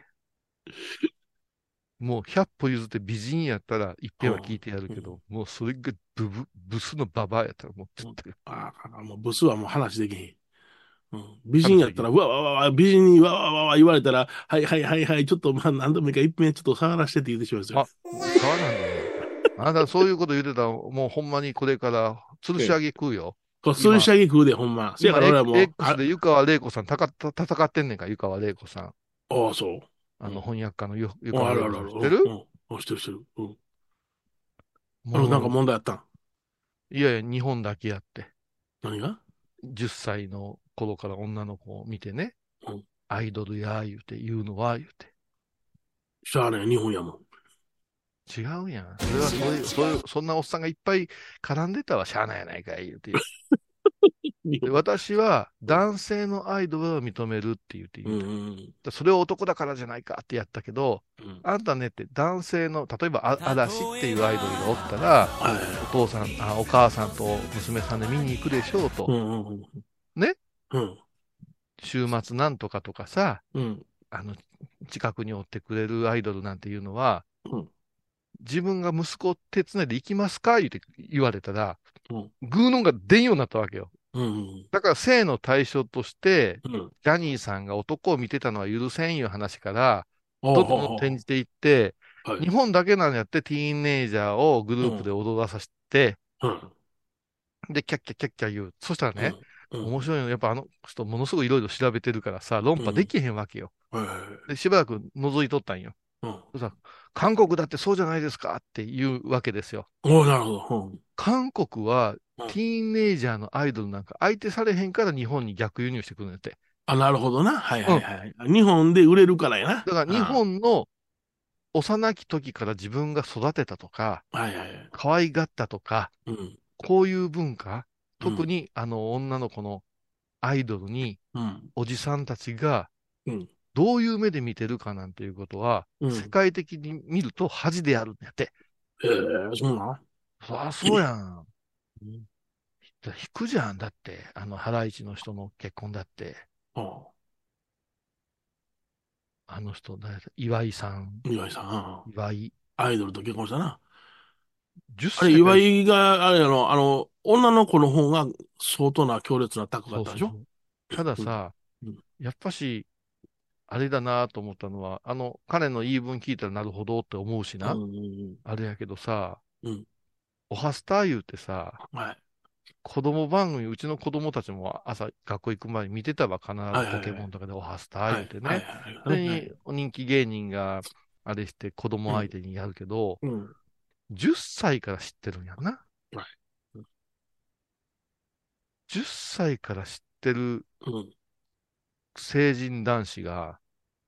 もうひゃっ歩譲って美人やったら一遍は聞いてやるうん。 けど、もうそれがブブ、ブスのババアやったらもううん。 絶対ああ、もうブスはもう話できへん。うん。美人やったら、 話できる。 うわわわわ、美人にわわわわ言われたら、はいはいはいはい、ちょっとまあ何でもいいから一遍ちょっと触らせてって言ってしまうんですよ。 あ、触らんでいいよ。あなたそういうこと言ってたら、もうほんまにこれから吊るし上げ食うよ。 これ、吊るし今、 上げ食うで、ほんま。せやか今、 ら俺は X もう、 X あ、 で湯川玲子さんたかた戦ってんねんか、湯川玲子さん。 ああ、そう。 あの、 うん。 翻訳家の湯湯うん、 川玲子さんあるあるある。うん、 知ってる？ うん。あ、してるしてる。うん。あの、なんかもう、 問題あったん？ いやいや、日本だけやって。 何が？ じゅっさいの頃から女の子を見てね、 うん。 アイドルや言うて、言うのは言うて。 しゃあねえ、日本やもん。 違うやん。それはそういう、そういう、そんなおっさんがいっぱい絡んでたわ、しゃあないやないかい、言うて。で日本。 私はうん。 男性のアイドルを認めるって言ってうん。 言うて。 うん。 だそれは男だからじゃないかってやったけど、 うん。 あんたねって男性の、例えばあ嵐っていうアイドルがおったら、 はいはいおは父さん、あ、お母さんと娘さんで見に行くでしょうい。うと。 ん。うん。 ね、 うん。 週末なんとかとかさ、 うん。 あの、近くにおってくれるアイドルなんていうのは、 うん。 自分が息子を手伝いで行きますか言って言われたら、 うん。 グーの音が出んようになったわけよ。 うん。 だから性の対象として、 うん。 ジャニーさんが男を見てたのは許せんいう話から、 ほうどんどんどんどんほうほ転じていって、 う。はい。 日本だけなんやってティーンネイジャーをグループでうん。 踊らさせて、 うん。 で、キャッキャッキャッキャ言う。そしたらね、 うん。うん。 面白いの、やっぱあの人ものすごいいろいろ調べてるからさ、論うん。 破できへんわけよ。 はいはいはい。 で、しばらく覗いとったんよ。 うん。 そしたら、韓国だってそうじゃないですかっていうわけですよ。 おー、なるほど。うん。 韓国はうん。 ティーンネイジャーのアイドルなんか相手されへんから日本に逆輸入してくるんやって。 あ、なるほどな。はいうん。 はいはい。日本で売れるからやな。 だから日あ本の幼き時から自分が育てたとか、 あ。はいはいはい。 可愛がったとか、 うん。 こういう文化、 うん。 特にあの女の子のアイドルにうん。 おじさんたちがうん。 どういう目で見てるかなんていうことは、世うん。 界的に見ると恥であるんやって。 ええ、そうなん？ そりゃそうやん。引くじゃん。だって、あの、ハライチの人の結婚だって、 ああの人、誰だ岩井さん、 あ。岩井さん。あ岩井、 あ、アイドルと結婚したな。 10 あれ、 歳から岩井が、あれやろ、あの、女の子の方が相当な強烈なタッグがあったでしょ？ そうそうそう。ただうん。 さ、 うん。 やっぱし、あれだなと思ったのは、あの、彼の言い分聞いたらなるほどって思うしうな。 ん。 あれやけどさ、 うん。 おはスター言うてさ、 はい。 子供番組、うちの子供たちも朝学校行く前に見てたわ、必はいずポケはいはい。 モンとかでおはスターはい。 言うてね。 はいはいはい。はそれにい。 人気芸人があれして子供うん。 相手にやるけど、 うん。 じゅっさいから知ってるんやんな。 はい。 じゅっさいから知ってるうん。 成人男子が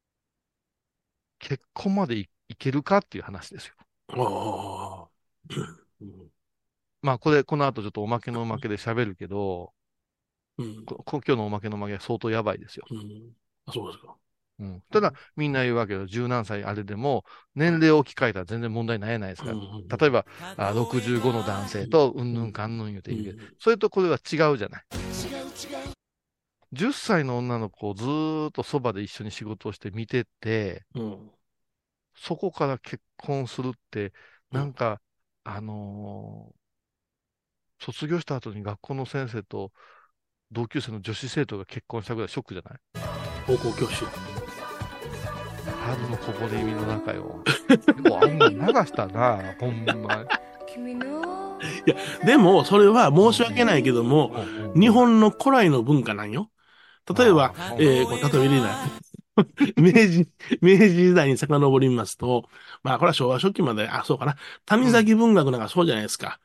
結婚までい、いけるかっていう話ですよ。 ああ。うん。 まあこれ、この後ちょっとおまけのおまけで喋るけど、 うん。 ここ今日のおまけのおまけは相当やばいですよ。 うん。あ、そうですか。 うん。ただ、 うん。 みんな言うわけよ。十何歳あれでも、年はい。 齢を置き換えたら全然問題ないやないですか。 うん。うん。 例えば、あろくじゅうごの男性と、うんうん。 ぬんかんぬん言うて言うけど、 うん。 それとこれは違うじゃない。じゅっさいの女の子をずーっとそばで一緒に仕事をして見てて、 うん。 そこから結婚するって、 うん。 なんか、あのー卒業した後に学校の先生と同級生の女子生徒が結婚したぐらいショックじゃない？ 高校教師。 春のこぼれ耳の中よ。ようあんなん流したな、ほんま。 いや、でも、それは申しうん訳ないけども、 うんうん日うん。 本の古来の文化なんよ。例えば、 ああ、うんえー、こう例えば入れない。明治、明治時代に遡りますと、まあ、これは昭和初期まで、あ、そうかな。谷うん崎文学なんかそうじゃないですか。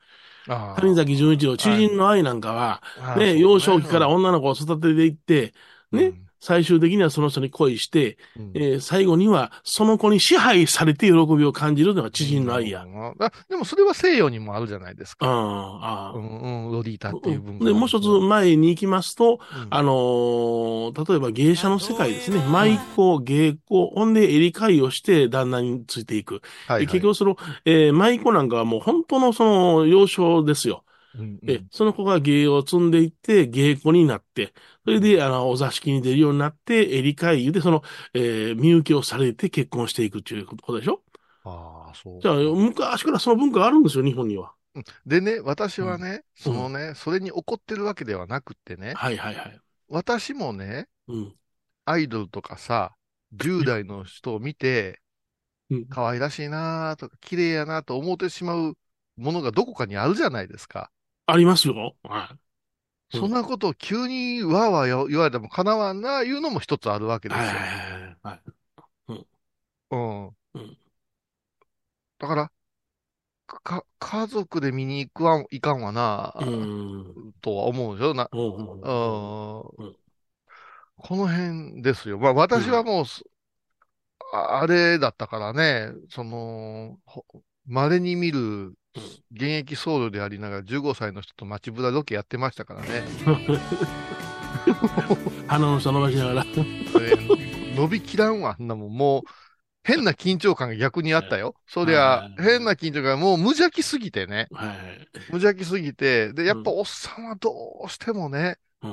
あ谷崎潤一郎、 あ、はい。 知人の愛なんかは、 ああ、 ね、 そうね。 幼少期から女の子を育てていって、ね、 うん。 最終的にはその人に恋して、 うん。 えー最後にはその子に支配されて喜びを感じるのが知うん、なるほ人の愛や。 どな。あ、でもそれは西洋にもあるじゃないですあか。 あ、ああ。 うんうん、ロリータっていう文うん。で、もう一つ化でもそ前に行きますと、 う。うん。 あのー例えば芸者の世界ですね。 うん。 舞妓、芸妓、ほんで襟飼いをして旦那についていく。えはいはい。 結局その、えー舞妓なんかはもう本当のその幼少ですよ。え、 うんうん。 その子が芸を積んでいって、芸妓になって、それうん。 で、あの、お座敷に出るようになって、襟飼いで、その、えー、身請けをされて結婚していくっていうことでしょ。 ああ、そうじゃあ、 か。 昔からその文化があるんですよ、日本には。 うん。でね、私うん。 はね、 うん。 そのね、それに怒ってるわけではなくってね、 はいはいはい。 私もね、 うん。 アイドルとかさ、じゅう代の人を見て、 うん。 可愛らしいなとか、綺麗やなと思ってしまうものがどこかにあるじゃないですか。 ありますよ。はい。うん。 そんなことを急にわーわー言われても叶わんな、いうのも一つあるわけですよ。 はいはいはいはい。うん。 うん。 うん。 だから、か、家族で見に行くわん、いかんわうな、 ん。 とは思うんですよ。な、 うん。うん。 うん、 うん。 この辺ですよ。まあ私はうん。 もうす、ああれだったからね、その、ほ稀に見るうん。 現役僧侶でありながらじゅうごさいの人と街ぶらロケやってましたからね。 鼻の下伸ばしながら。 え伸びきらんわ。あんなもん、もう変な緊張感が逆にあったよ。そりゃ、 はいはい変な緊張感がもう無邪気すぎてね。 はい。はい。 無邪気すぎて、で、やうん。 っぱおっさんはどうしてもね、 うん。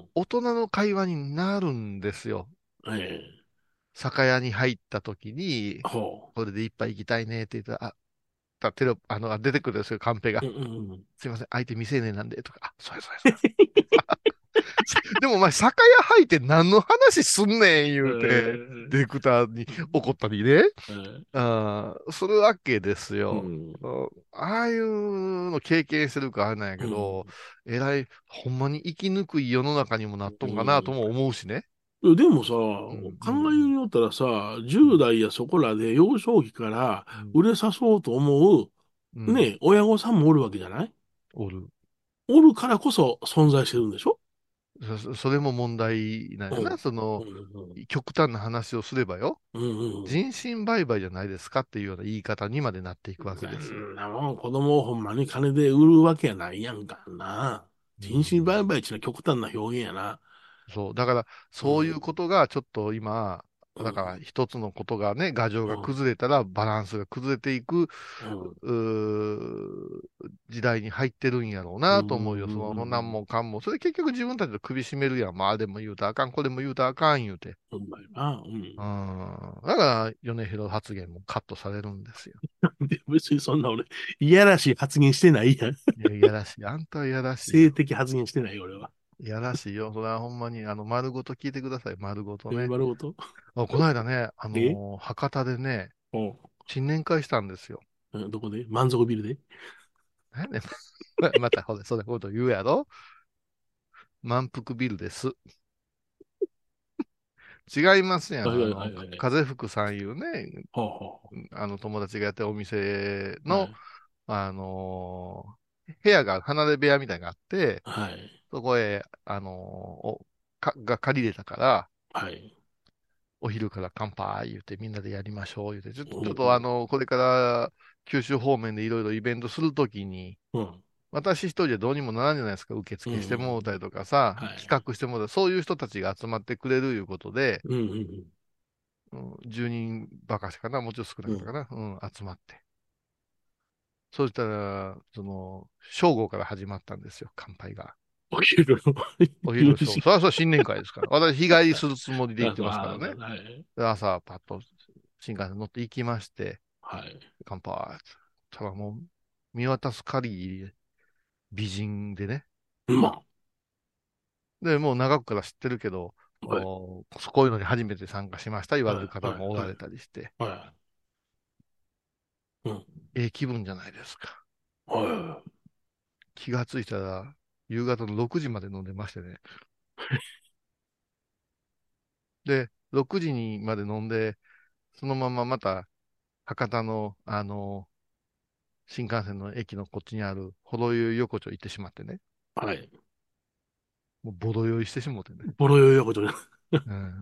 大人の会話になるんですよ。 ええ。 酒屋に入った時に、 ほこれで一杯行きたいねって言ったら、あ、たテロ、あの、出てくるんですよ、カンペが。 う。うん。うん。 すいません、相手未成年なんで、とか、あ、そうやそうやそうや。でもお前、酒屋入って何の話すんねん、 え言うて、ディレえ。 クターに怒ったりね。 ええ。 あーするわけですうよ。 ん。 うん。ああいうの経験してるからあれなんやけうん。 ど、えらい、ほんまに生きにくい世の中にもなっとんかなとうん。 も思うしね。 でもさ、 うん、 考うん、 えようによったらさ、 うん、 じゅう代やそこらで幼少期からうん、 売れさそうと思うん、 う、ね、親御さんもおるわけじゃない。 おる。 おるからこそ存在してるんでしょ。 そ、そそれも問題なんうん。 やな。そうの、 ん。 極端な話をすればよ。 うん。うん。 人身売買じゃないですかっていうような言い方にまでなっていくわけそですよ。 んなもん子供をほんまに金で売るわけやないやんかな。 う人身売ん。 買っていうのは極端な表現やな。 そう。だから、 うん。 そういうことがちょっと今、 うん。 だから一つのことがね、牙城がうん。 崩れたらバランスが崩れていく、 うん。 うー時代に入ってるんやろううなと思うよ。その、何ん。 もかんも。それ結局自分たちで首絞めるやん。まあ、あれも言うたらあかん、これも言うたらあかん言うて。 ほんまやな。ううん。 ん。だから、米広発言もカットされるんですよ。 で、別にそんな俺、いやらしい発言してないやん。 いや、いやらしい。あんたはいやらしい性よ。 的発言してないよ、俺は。 いやらしいよ。それはほんまに、あの、丸ごと聞いてください。丸ごとえー、 ね。 丸ごと。 あ、この間ね、あえのー博多でね、 おう。 新年会したんですよ。 えどこで満足ビルで。 何やねん。ままた、ほら、そんなこと言うやろ。満腹ビルです。違いますやん。 はいはいはあの、 いはい。 か風福さんいうね、 ほうほあの友達がやってるお店う。はの、 い。 あのー部屋が、離れ部屋みたいなのがあって、 はい。 そこへ、あのーおか、が借りれたから、 はい。 お昼から乾杯言ってみんなでやりましょう言って、ちょ、ちょっとあおうの、これから九州方面でいろいろイベントするときに、 おう。うん。 私一人でどうにもならんじゃないですか。受うん。う付してもうたりん。 とかさ、 はい。 企画してもうたり、そういう人たちが集まってくれるいうことで、 うん。うん。 うん、じゅうにんばかしかな、もうちょっと少なうん。 かったかな、うん、集まって。そうしたら、その、正午から始まったんですよ、乾杯が。 お昼のお昼正午。 昼し。 そりゃそう新年会ですから。私、日帰りするつもりで行あ、 ってそう、あ、 ますからね。 はい。 で朝、パッと新幹線乗って行きまして、 はい。 乾杯。ただもう、見渡す限り美人でね。 まで、もう長くから知ってるけど、 あ、はい。 おこういうのに初めて参加しました言われるはい。はい。 方もおられはい。 たりして、 はい。うん。 ええ気分じゃないですか。 は気がついたら、夕方のろくじまで飲んでましてね。で、ろくじにまで飲んで、そのまままた、博多の、あの、 新幹線の駅のこっちにある、ほろ酔い横丁行ってしまってね。 はい。 もうボロ酔いしてしもってね。 ボロヨヨコとね。 うん、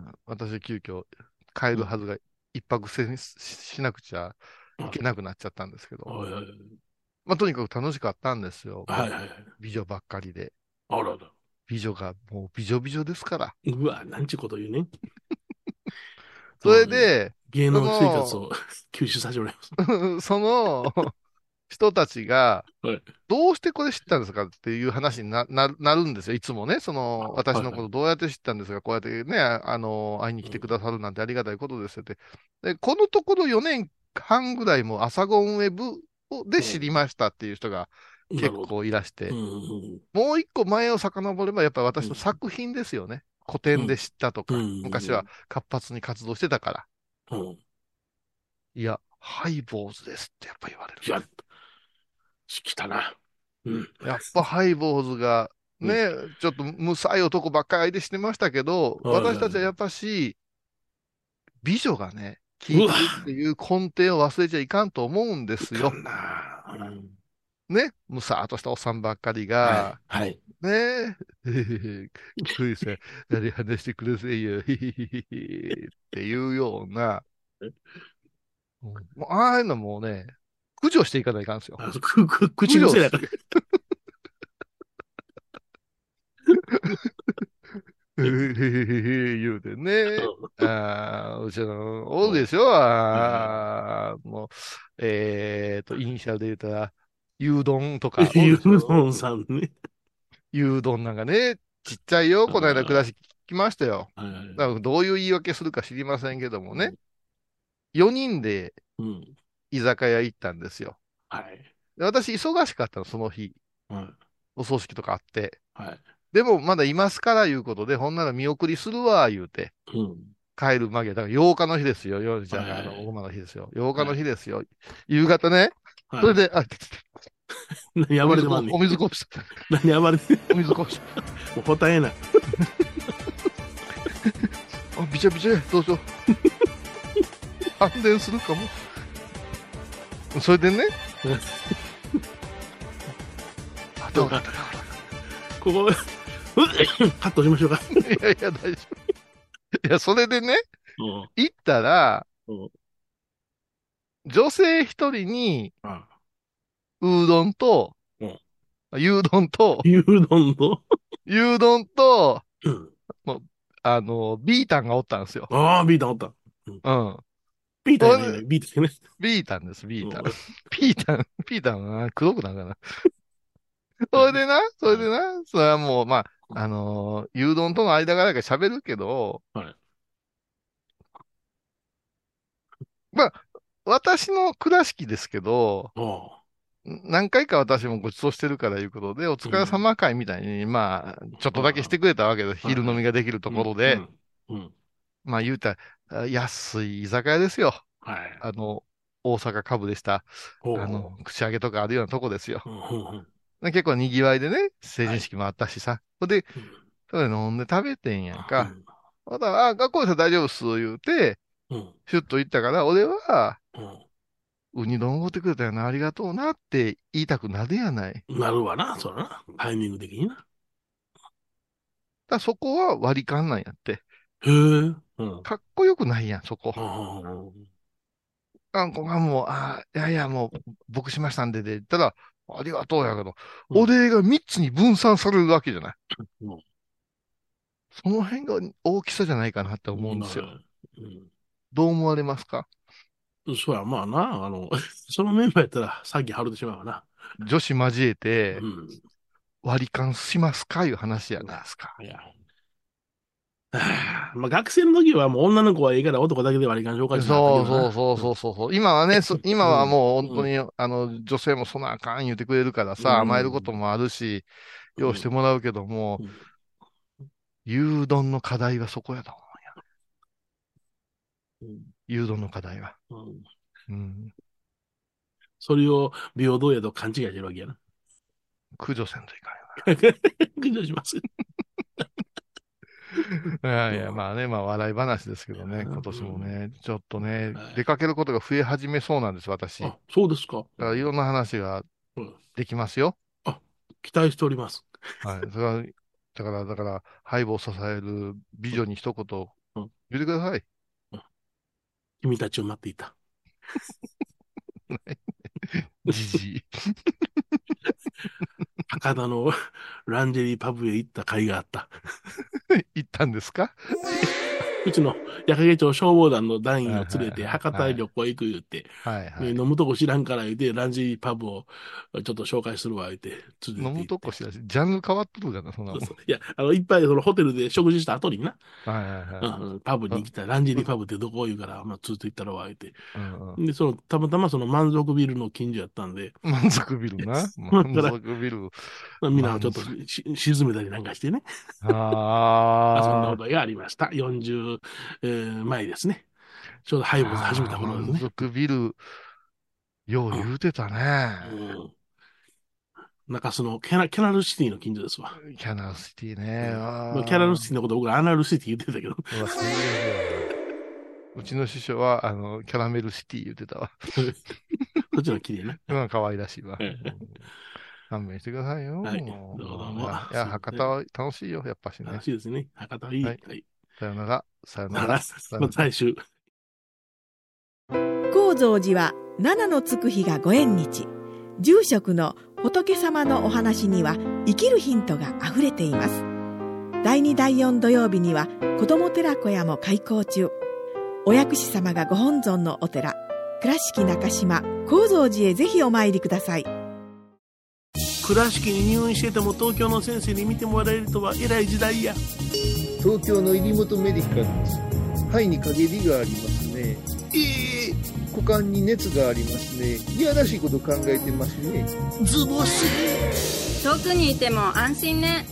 私、急遽帰るはずが一泊せんししなくちゃいけなくなっちゃったんですけど、 はいはいまあ、とにかく楽しかったんですよ。 はい。はいはい。 美女ばっかりで。 あらら。 美女がもう美女美女ですから。 うわ、なんちゅうこと言うね。 それで、そ芸能生活の、 を吸収させてもらいます。 その人たちが、 はい。 どうしてこれ知ったんですかっていう話にな、な、なるんですよ。いつもね。その、私のはいはい。 ことどうやって知ったんですか、こうやってね、ああの、会いに来てくださるなんてありがたいことですよって。で、このところよねんはんぐらいもアサゴンウェブをで知りましたっていう人がうん。なるほど。 結構いらしうんて、 うんもう一個前を遡れば、やっぱりうん。 私の作品ですよね。古典で知ったとうん。うか、昔はん。 活発に活動してたから。 うん。 いや、ハイボーズですってやっぱ言われる。 いや、来たな。うん。 やっぱハイボーズが、 うん。 ね、ちょっとむさい男ばっかりでしてましたけど、 はいはいはい。 私たちはやっぱし、美女がね、聞いうわ、 てるっていう根底を忘れちゃいかんと思うんですよ。 いかんな。うん。 ね、むさーっとしたおっさんばっかりはい。 が、 はい。 ねえ、クイさん、何話してくださいよ、ヒヒヒヒヒっていうような、うんもうああいうのもうね、駆除していかないかんですよ。 あ、く、く、口駆除す、 癖だから。 へへへへ言うてね。ああ、うちの、おるうん。 でしょはいはい。 ああ、もう、えーと、イニシャルで言ったら、牛丼とか、おるゆうでしょどんさんね。 牛丼なんかね、ちっちゃいよ、この間暮らあし聞きましたよ。 あ、はいはい。 だからどういう言い訳するか知りませんけどもね、 うん。 よにんでうん。 居酒屋行ったんですよ。 はい。 で私、忙しかったの、その日。 はい。 お葬式とかあって。 はい。 でも、まだいますからいうことで、ほんなら見送りするわ、言うて。 うん。 帰る間際、だからようかの日ですよ。よじはいゃあ、あの、おごはい。 まの日ですよ。ようかはい。 の日ですよ。夕方ね。それはい。 で、あ、 何お水こ、 暴れてまんねん。 お水こぼした。 何暴れてん。 お水こぼした。 もう答えない。 あ、びちゃびちゃや、どうしよう。感電するかも。それでね、あ、どうかったか。 ここ、カットしましょうか。 いやいや、大丈夫。いや、それでね、 うん。 行ったら、 うん。 女性一人に、 あ、 うどんと、 うん。 牛丼と、 牛丼と、 牛丼と、 うん。 もうあの、ビータンがおったんですよ。 ああ、ビータンおった。うん。 うん。 ビータンやないね。 それでビータンね。 ビータンです、ビータン。 うん。 ピータン、ピータンはな黒くなんかな。 はい。 それでな、それはい。 でな、それはもう、まあ、あのー牛丼との間柄が喋るけど、 はい。 まあ、私の倉敷ですけど、 ああ。 何回か私もご馳走してるからいうことで、お疲れうん。 様会みたいに、まあ、ちょっとだけしあてくれたわけです。 あ。はいはい。 昼飲みができるとうん。 ころで。 うん。うん。 まあ言うたら、安い居酒屋ですよ。 はい。 あの、大阪株でした、 ほうほあの、串揚げとかあるようなとこですよ。 う。うん。うん。うん。 で結構賑わいでね、成はい。 人式もあったしさ。ほんで、 うん。 それ飲んで食べてんやんか。 うん。 ほんだら、あ、学校で大丈夫っす、言うて、 うん。 シュッと言ったから、俺は、 うん。 ウニ丼おごってくれたよな、ありがとうなって言いたくなるやない。だかなるわな、そらな。タイミング的にな。 らそこは割り勘なんやって。 へえ。うん。あかっこよくないやん、そこ。 あ。 あんこがもう、あいやいや、もう、僕しましたんでで、言ったら、ありがとうやけど、 うん。 お礼がみっつに分散されるわけじゃない。 うん。 その辺が大きさじゃないかなって思うんですよ。 なる。うんどう思われますか？ そうや、まあな、あの、そのメンバーやったら、さっき春でしまうわな。 女子交えてうん。 割り勘しますかいう話じゃいや、 ないですか。 いや。はあまあ、学生の時はもう女の子はいいから男だけで割り勘しようかってなったけそうどな。 そうそううん。 そうそうそう。今はね、そ今はうん。 もう本当うん。 に、あの、女性もそんなあかん言ってくれるからうさ、甘えることん。 もあるし、用意してうん。 もらうけども、 うん。 牛丼の課題はそこやと思うん。 う。牛丼の課題は。 うん。 うん。 それを平等やと勘違いしてるわけやな。 駆除せんといかんよ駆除します。 いやいや、まあね、まあ笑い話ですけどね、今年もね、ちょっとねはい、 出かけることが増え始めそうなんです、私。だあ、そうですか。 からいろんな話がうんできますよ。 あ、期待しております。 はい。それは、だから、だから、ハイボを支える美女に一言うん言ってください。 君たちを待っていた。 じじい。 博多のランジェリーパブへ行った甲斐があった。 行ったんですか？ うちの矢掛町消防団の団員を連れてはいはいはい博多へ旅行行く言って、 はいはい。 飲むとこ知らんから言って、ランジェリーパブをちょっと紹介するわ言って、連れて行って飲むとこしらし、ジャンル変わっとるじゃない、そんなもん。 そうそういや、あの、いっぱいそのホテルで食事した後にな、 はいはいはい。 うんうんパブに来た、ランジェリーパブってどこ言うから、まあ、連れて行ったらわ言って。 うんうんで、その、たまたまその満足ビルの近所やったんで、 満足ビルな。 だ満から足ビル。 まあ、みんなちょっとし沈めたりなんかしてね、遊んだあことがありました。よんじゅう、えー前ですね。ちょうどハイボーズ始めた頃です満ね。 足ビル、よう言うてたね。 うん中洲のキャナキャナルシティの近所ですわ。 キャナルシティね。あまあ、キャナルシティのこと僕らアナルシティ言ってたけど、 うわ最悪やわうちの師匠は、あの、キャラメルシティ言ってたわ。 そっちの綺麗な。 うん、可愛らしいわ。 ええうん勘弁してくださいよ。 はいもうどうもいや、いや博多は楽しいよ、やっぱしね楽。しいですね。博多いい。 ははいい。 さよなら、さよなら。 なら、また来週。 高蔵寺は七のつく日がご縁日。住職の仏様のお話には生きるヒントがあふれています。だいにだいよん土曜日には子ども寺小屋も開校中。お薬師様がご本尊のお寺、倉敷中島・高蔵寺へぜひお参りください。 倉敷に入院してても東京の先生に見てもらえるとは偉い時代や。 東京の入本メディカルです。肺に陰りがありますね。 ええ股間に熱がありますね。いやらしいこと考えてますね。 ズボス。 遠くにいても安心ね。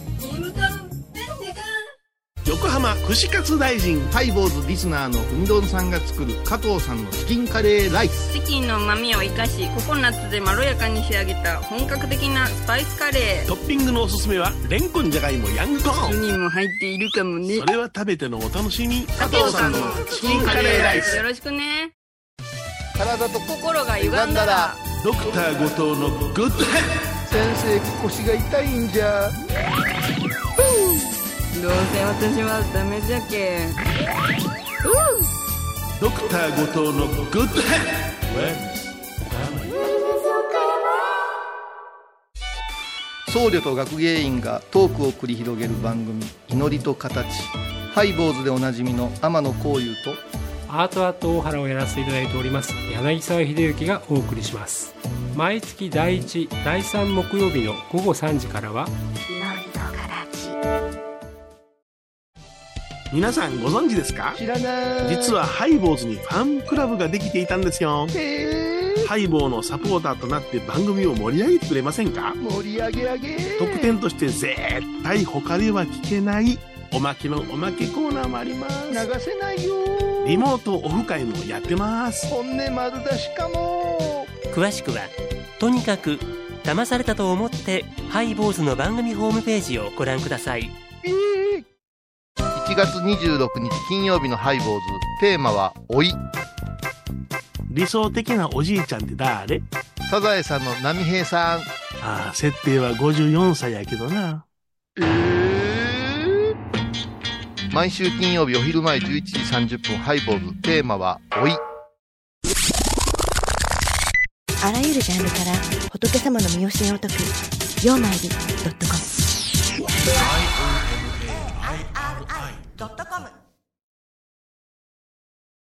横浜串カツ大臣。 ハイボーズリスナーのうみどんさんが作る加藤さんのチキンカレーライス。 チキンの旨味を生かし、ココナッツでまろやかに仕上げた本格的なスパイスカレー。 トッピングのおすすめはレンコンじゃがいもヤングコーン。 にも入っているかもね。 それは食べてのお楽しみ。 加藤さんのチキンカレーライス。よろしくね。 体と心が歪んだらドクター後藤のグッドヘッ先生、腰が痛いんじゃ。 どうせ私はダメじゃけ。 ドクター後藤のグッドヘッ僧侶と学芸員がトークを繰り広げる番組「祈りと形」。ハイボーズでおなじみの天野幸雄とアートアート大原をやらせていただいております柳沢秀幸がお送りします。毎月だいいち、だいさん木曜日の午後さんじからは皆さんご存知ですか？ 知らない。 実はハイボーズにファンクラブができていたんですよ。 へーハイボーのサポーターとなって番組を盛り上げてくれませんか？ 盛り上げ上げ。 特典として絶対他では聞けないおまけのおまけコーナーもあります。 流せないよ。 リモートオフ会もやってます。 本音丸出しかも。 詳しくはとにかく騙されたと思ってハイボーズの番組ホームページをご覧ください。 えーいちがつにじゅうろくにち金曜日のハイボーズ。テーマは老い。 理想的なおじいちゃんって誰？ サザエさんの波平さん。 ああ、設定はごじゅうよんさいやけどな。 えー、毎週金曜日お昼前じゅういちじさんじゅっぷんハイボーズ。テーマは老い。 あらゆるジャンルから仏様の身教えを解く「曜マイルドットコム」ドットコム